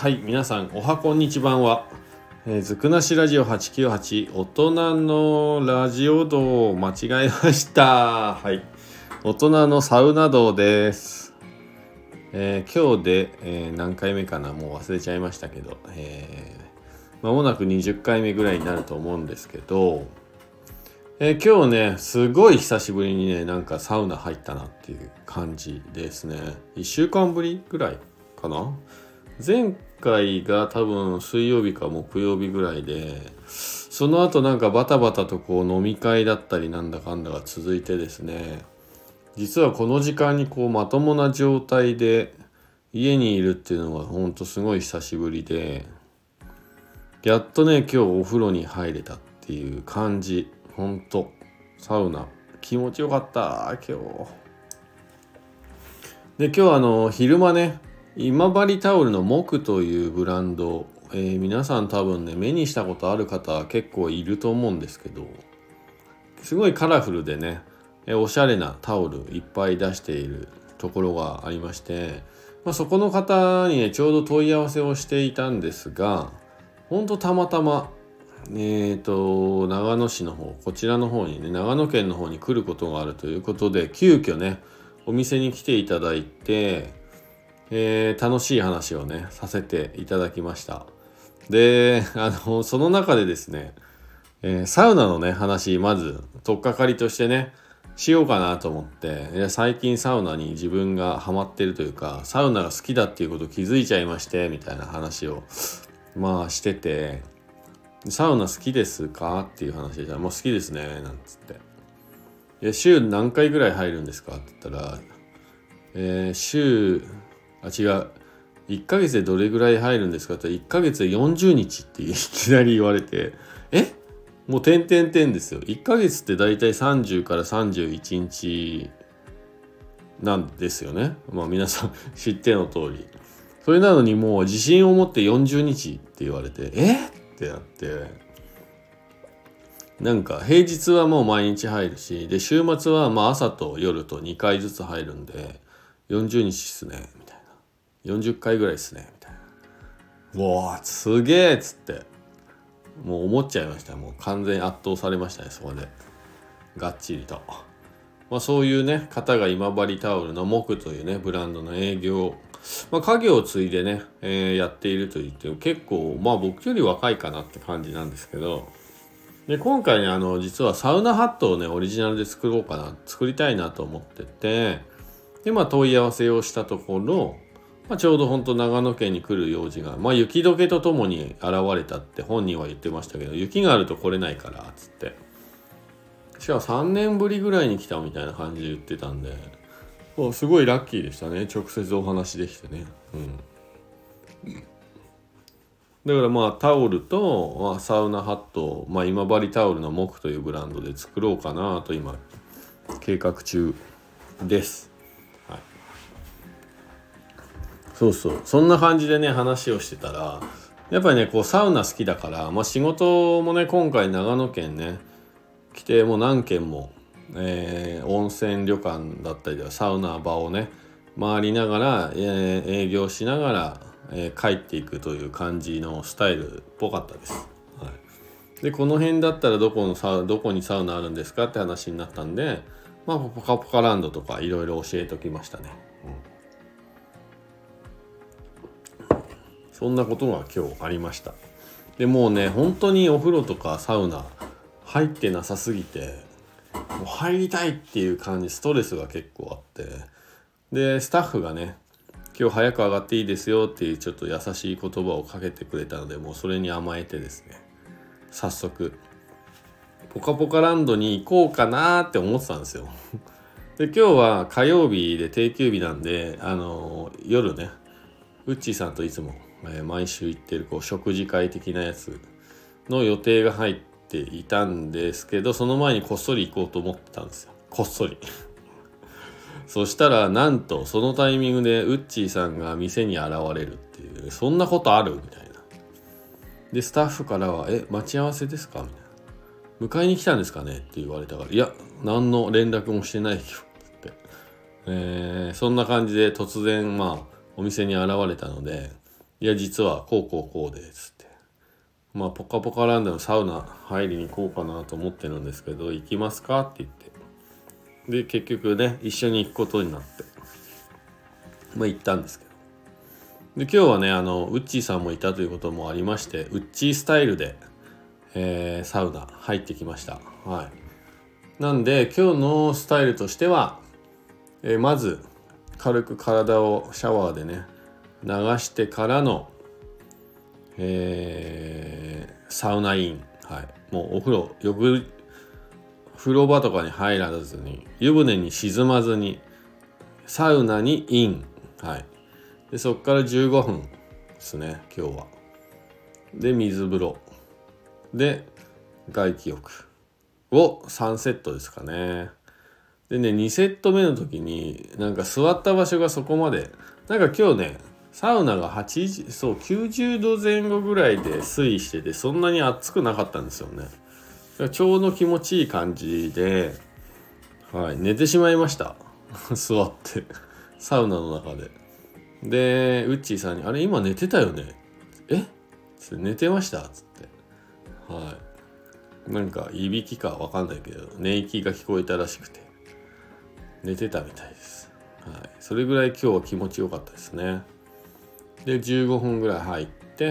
はい、皆さんおはこんにちばんは。ずくなしラジオ898大人のラジオ道を間違えました。はい、大人のサウナ道です。今日で、何回目かな、もう忘れちゃいましたけど、間もなく20回目ぐらいになると思うんですけど、今日ねすごい久しぶりにねなんかサウナ入ったなっていう感じですね。1週間ぶりぐらいかな。前回が多分水曜日か木曜日ぐらいで、その後なんかバタバタとこう飲み会だったりなんだかんだが続いてですね、実はこの時間にこうまともな状態で家にいるっていうのがほんとすごい久しぶりで、やっとね今日お風呂に入れたっていう感じ。ほんとサウナ気持ちよかった今日で。今日昼間ね今治タオルの木というブランド、皆さん多分ね目にしたことある方結構いると思うんですけど、すごいカラフルでね、おしゃれなタオルいっぱい出しているところがありまして、そこの方にねちょうど問い合わせをしていたんですが、ほんとたまたま長野市の方、こちらの方にね長野県の方に来ることがあるということで、急遽ねお店に来ていただいて、楽しい話をねさせていただきました。でその中でですね、サウナのね話まず取っかかりとしてねしようかなと思って、最近サウナに自分がハマってるというかサウナが好きだっていうことを気づいちゃいましてみたいな話をしてて、サウナ好きですかっていう話で、もう好きですねなんつって、週何回ぐらい入るんですかって言ったら、違う1ヶ月でどれぐらい入るんですかって言ったら、1ヶ月で40日っていきなり言われて、もう点々点ですよ。1ヶ月ってだいたい30から31日なんですよね。皆さん知っての通り。それなのにもう自信を持って40日って言われて、ってなって、なんか平日はもう毎日入るし、で週末は朝と夜と2回ずつ入るんで40日っすねみたいな、40回ぐらいっすねみたいな、うわーすげえっつってもう思っちゃいました。もう完全に圧倒されましたね、そこでがっちりと。そういうね方が今治タオルの木というねブランドの営業、家業を継いでね、やっていると言っても結構僕より若いかなって感じなんですけど、で今回ね実はサウナハットをねオリジナルで作りたいなと思ってて、で問い合わせをしたところ、ちょうど本当長野県に来る用事が雪解けとともに現れたって本人は言ってましたけど、雪があると来れないからつって、しかも3年ぶりぐらいに来たみたいな感じで言ってたんで、すごいラッキーでしたね。直接お話できてね。だからタオルと、サウナハットを、今治タオルの木というブランドで作ろうかなと今計画中です。はい、そんな感じでね話をしてたら、やっぱりねこうサウナ好きだから、仕事もね今回長野県ね来てもう何軒も、温泉旅館だったりではサウナ場をね回りながら、営業しながら、帰っていくという感じのスタイルっぽかったです。はい、でこの辺だったらどこにサウナあるんですかって話になったんで、ポカポカランドとかいろいろ教えときましたね。そんなことが今日ありました。でもうね本当にお風呂とかサウナ入ってなさすぎて、もう入りたいっていう感じ、ストレスが結構あって、でスタッフがね今日早く上がっていいですよっていうちょっと優しい言葉をかけてくれたので、もうそれに甘えてですね、早速ポカポカランドに行こうかなって思ってたんですよ。で今日は火曜日で定休日なんで、夜ねウッチーさんといつも、毎週行ってる食事会的なやつの予定が入っていたんですけど、その前にこっそり行こうと思ってたんですよ、こっそり。そしたらなんとそのタイミングでウッチーさんが店に現れるっていう、そんなことあるみたいな。でスタッフからは待ち合わせですかみたいな、迎えに来たんですかねって言われたから、いや何の連絡もしてないよって、そんな感じで突然お店に現れたので、 いや実はこうでつって、まあポカポカランドのサウナ入りに行こうかなと思ってるんですけど、行きますかって言って、で結局ね一緒に行くことになって、まあ行ったんですけど、で今日はねウッチーさんもいたということもありまして、ウッチースタイルで、サウナ入ってきました。はい。なんで今日のスタイルとしては、まず軽く体をシャワーでね流してからの、サウナイン。はい。もうお風呂風呂場とかに入らずに、湯船に沈まずにサウナにイン。はい。でそっから15分ですね今日は。で水風呂で外気浴を3セットですかね。でね2セット目の時になんか座った場所がそこまで、なんか今日ねサウナが90度前後ぐらいで推移してて、そんなに暑くなかったんですよね。ちょうど気持ちいい感じで、はい、寝てしまいました座ってサウナの中で。でウッチーさんに「あれ今寝てたよね」え寝てましたっつって、はい、なんかいびきかわかんないけど寝息が聞こえたらしくて寝てたみたいです。はい、それぐらい今日は気持ちよかったですね。で15分ぐらい入って、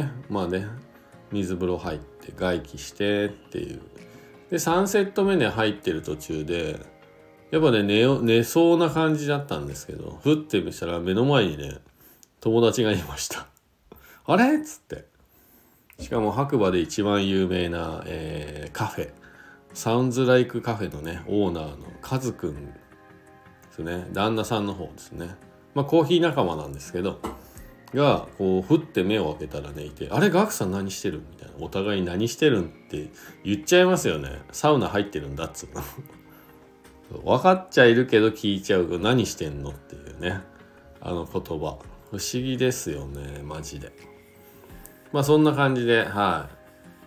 まあね水風呂入って外気してっていう。で3セット目ね入ってる途中でやっぱね寝そうな感じだったんですけど、ふって見たら目の前にね友達がいましたあれっつって、しかも白馬で一番有名な、カフェサウンズライクカフェのねオーナーのカズくんですね、旦那さんの方ですね。まあコーヒー仲間なんですけどがこうふって目を開けたらねいて、あれガクさん何してるみたいな、お互い何してるんって言っちゃいますよね。サウナ入ってるんだっつうの分かっちゃいるけど聞いちゃうと何してんのっていうね、言葉不思議ですよねマジで。まあそんな感じで、はい、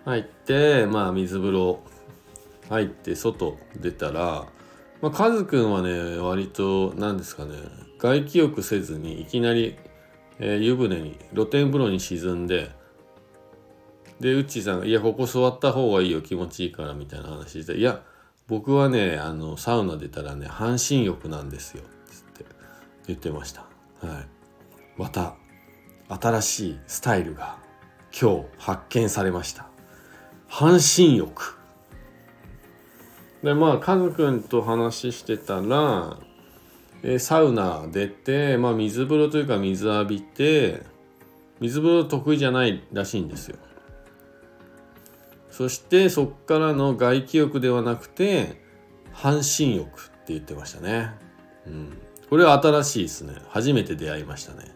入ってまあ水風呂入って外出たら、まあ、カズくんはね割と何ですかね外気浴せずにいきなり、湯船に露天風呂に沈んで、でウッチーさんが「いやここ座った方がいいよ気持ちいいから」みたいな話で「いや僕はねサウナ出たらね半身浴なんですよ」って言ってました。はい、また新しいスタイルが今日発見されました。半身浴で、まあカズくんと話してたら、サウナ出て、まあ、水風呂というか水浴びて、水風呂得意じゃないらしいんですよ。そしてそっからの外気浴ではなくて半身浴って言ってましたね。うん、これは新しいですね。初めて出会いましたね。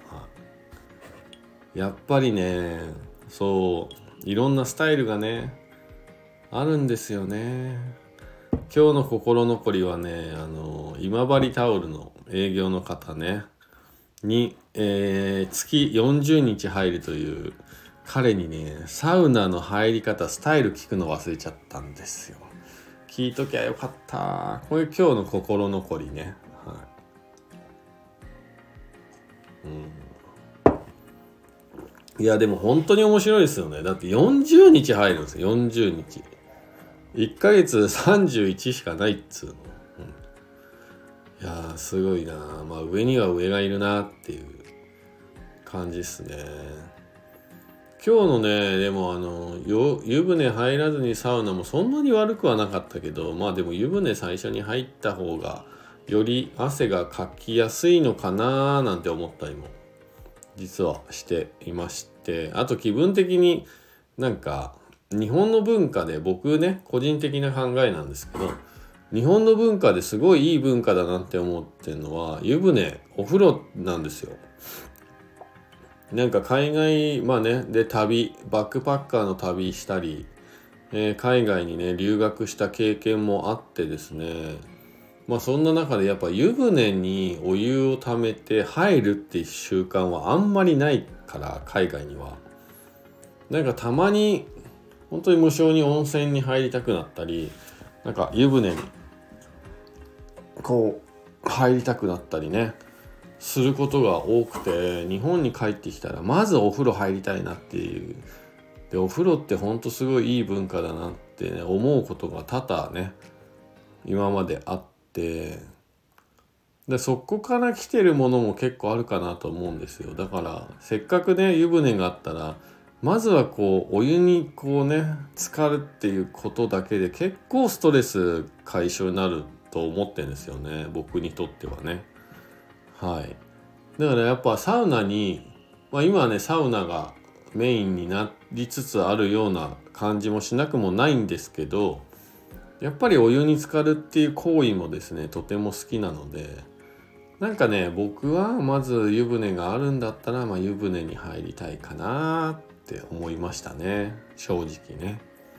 やっぱりね、そういろんなスタイルがねあるんですよね。今日の心残りはね、今治タオルの営業の方ねに、月40日入るという彼にねサウナの入り方スタイル聞くの忘れちゃったんですよ。聞いときゃよかった。これ今日の心残りね。はい、いやでも本当に面白いですよね。だって40日入るんですよ。40日1ヶ月31しかないっつうの、いやーすごいな。まあ上には上がいるなっていう感じっすね。今日のねでも湯船入らずにサウナもそんなに悪くはなかったけど、まあでも湯船最初に入った方がより汗がかきやすいのかななんて思ったりも実はしていまして、あと気分的になんか日本の文化で、僕ね個人的な考えなんですけど、日本の文化ですごいいい文化だなって思ってるのは湯船お風呂なんですよ。なんか海外まあねでバックパッカーの旅したり、海外にね留学した経験もあってですね、まあそんな中でやっぱ湯船にお湯をためて入るっていう習慣はあんまりないから、海外にはなんかたまに本当に無性に温泉に入りたくなったり、なんか湯船にこう入りたくなったりねすることが多くて、日本に帰ってきたらまずお風呂入りたいなっていう。でお風呂ってほんとすごいいい文化だなって、ね、思うことが多々ね今まであって、でそこから来てるものも結構あるかなと思うんですよ。だからせっかくね湯船があったらまずはこうお湯にこうね浸かるっていうことだけで結構ストレス解消になると思ってるんですよね、僕にとってはね。はい。だからやっぱサウナに、今はねサウナがメインになりつつあるような感じもしなくもないんですけど、やっぱりお湯に浸かるっていう行為もですねとても好きなので、なんかね僕はまず湯船があるんだったら、湯船に入りたいかなって思いましたね、正直ね。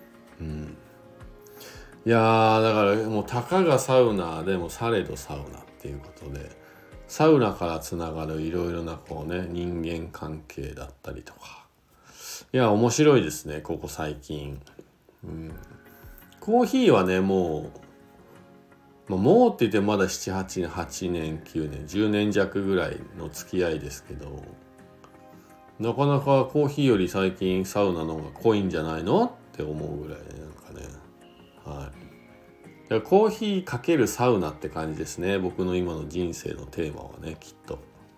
いやーだからもうたかがサウナでもされどサウナっていうことで、サウナからつながるいろいろなこうね人間関係だったりとか、いや面白いですねここ最近。コーヒーはねもうって言ってまだ7、8年、8年、9年、10年弱ぐらいの付き合いですけど、なかなかコーヒーより最近サウナの方が濃いんじゃないのって思うぐらいなんかね。はい。コーヒーかけるサウナって感じですね。僕の今の人生のテーマはね、きっと。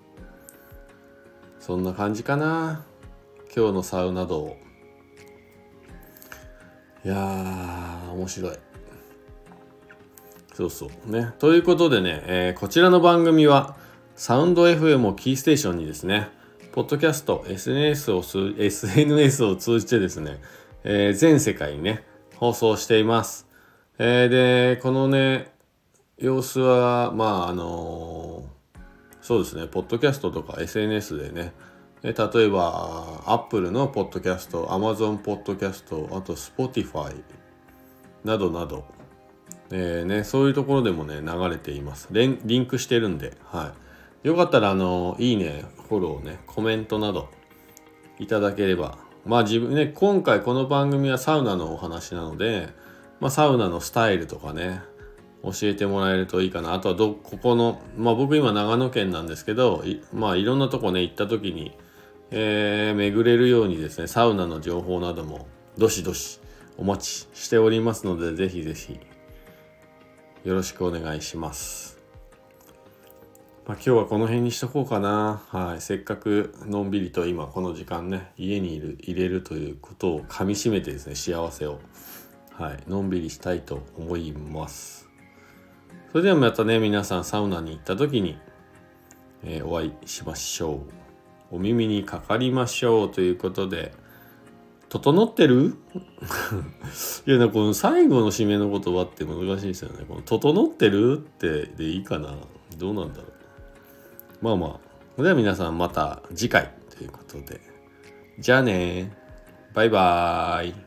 そんな感じかな。今日のサウナ道。いやー、面白い。そうそうね。ということでね、こちらの番組はサウンド FM をキーステーションにですね、ポッドキャスト、SNS を通じてですね、全世界にね、放送しています。で、このね、様子は、そうですね、ポッドキャストとか SNS でね、例えば、Apple のポッドキャスト、Amazon ポッドキャスト、あと Spotify などなど、そういうところでもね、流れています。リンクしてるんで、はい。よかったら、いいね、フォローね、コメントなどいただければ。自分ね、今回この番組はサウナのお話なので、サウナのスタイルとかね、教えてもらえるといいかな。あとはここの、僕今長野県なんですけど、いろんなとこね、行った時に、巡れるようにですね、サウナの情報などもどしどしお待ちしておりますので、ぜひぜひよろしくお願いします。今日はこの辺にしとこうかな。はい。せっかくのんびりと今この時間ね、家に入れるということをかみしめてですね、幸せを。はい。のんびりしたいと思います。それではまたね、皆さんサウナに行った時に、お会いしましょう。お耳にかかりましょうということで、整ってるいや、この最後の締めの言葉って難しいですよね。この整ってるってでいいかな。どうなんだろう。それでは皆さんまた次回ということで。じゃあね。バイバーイ。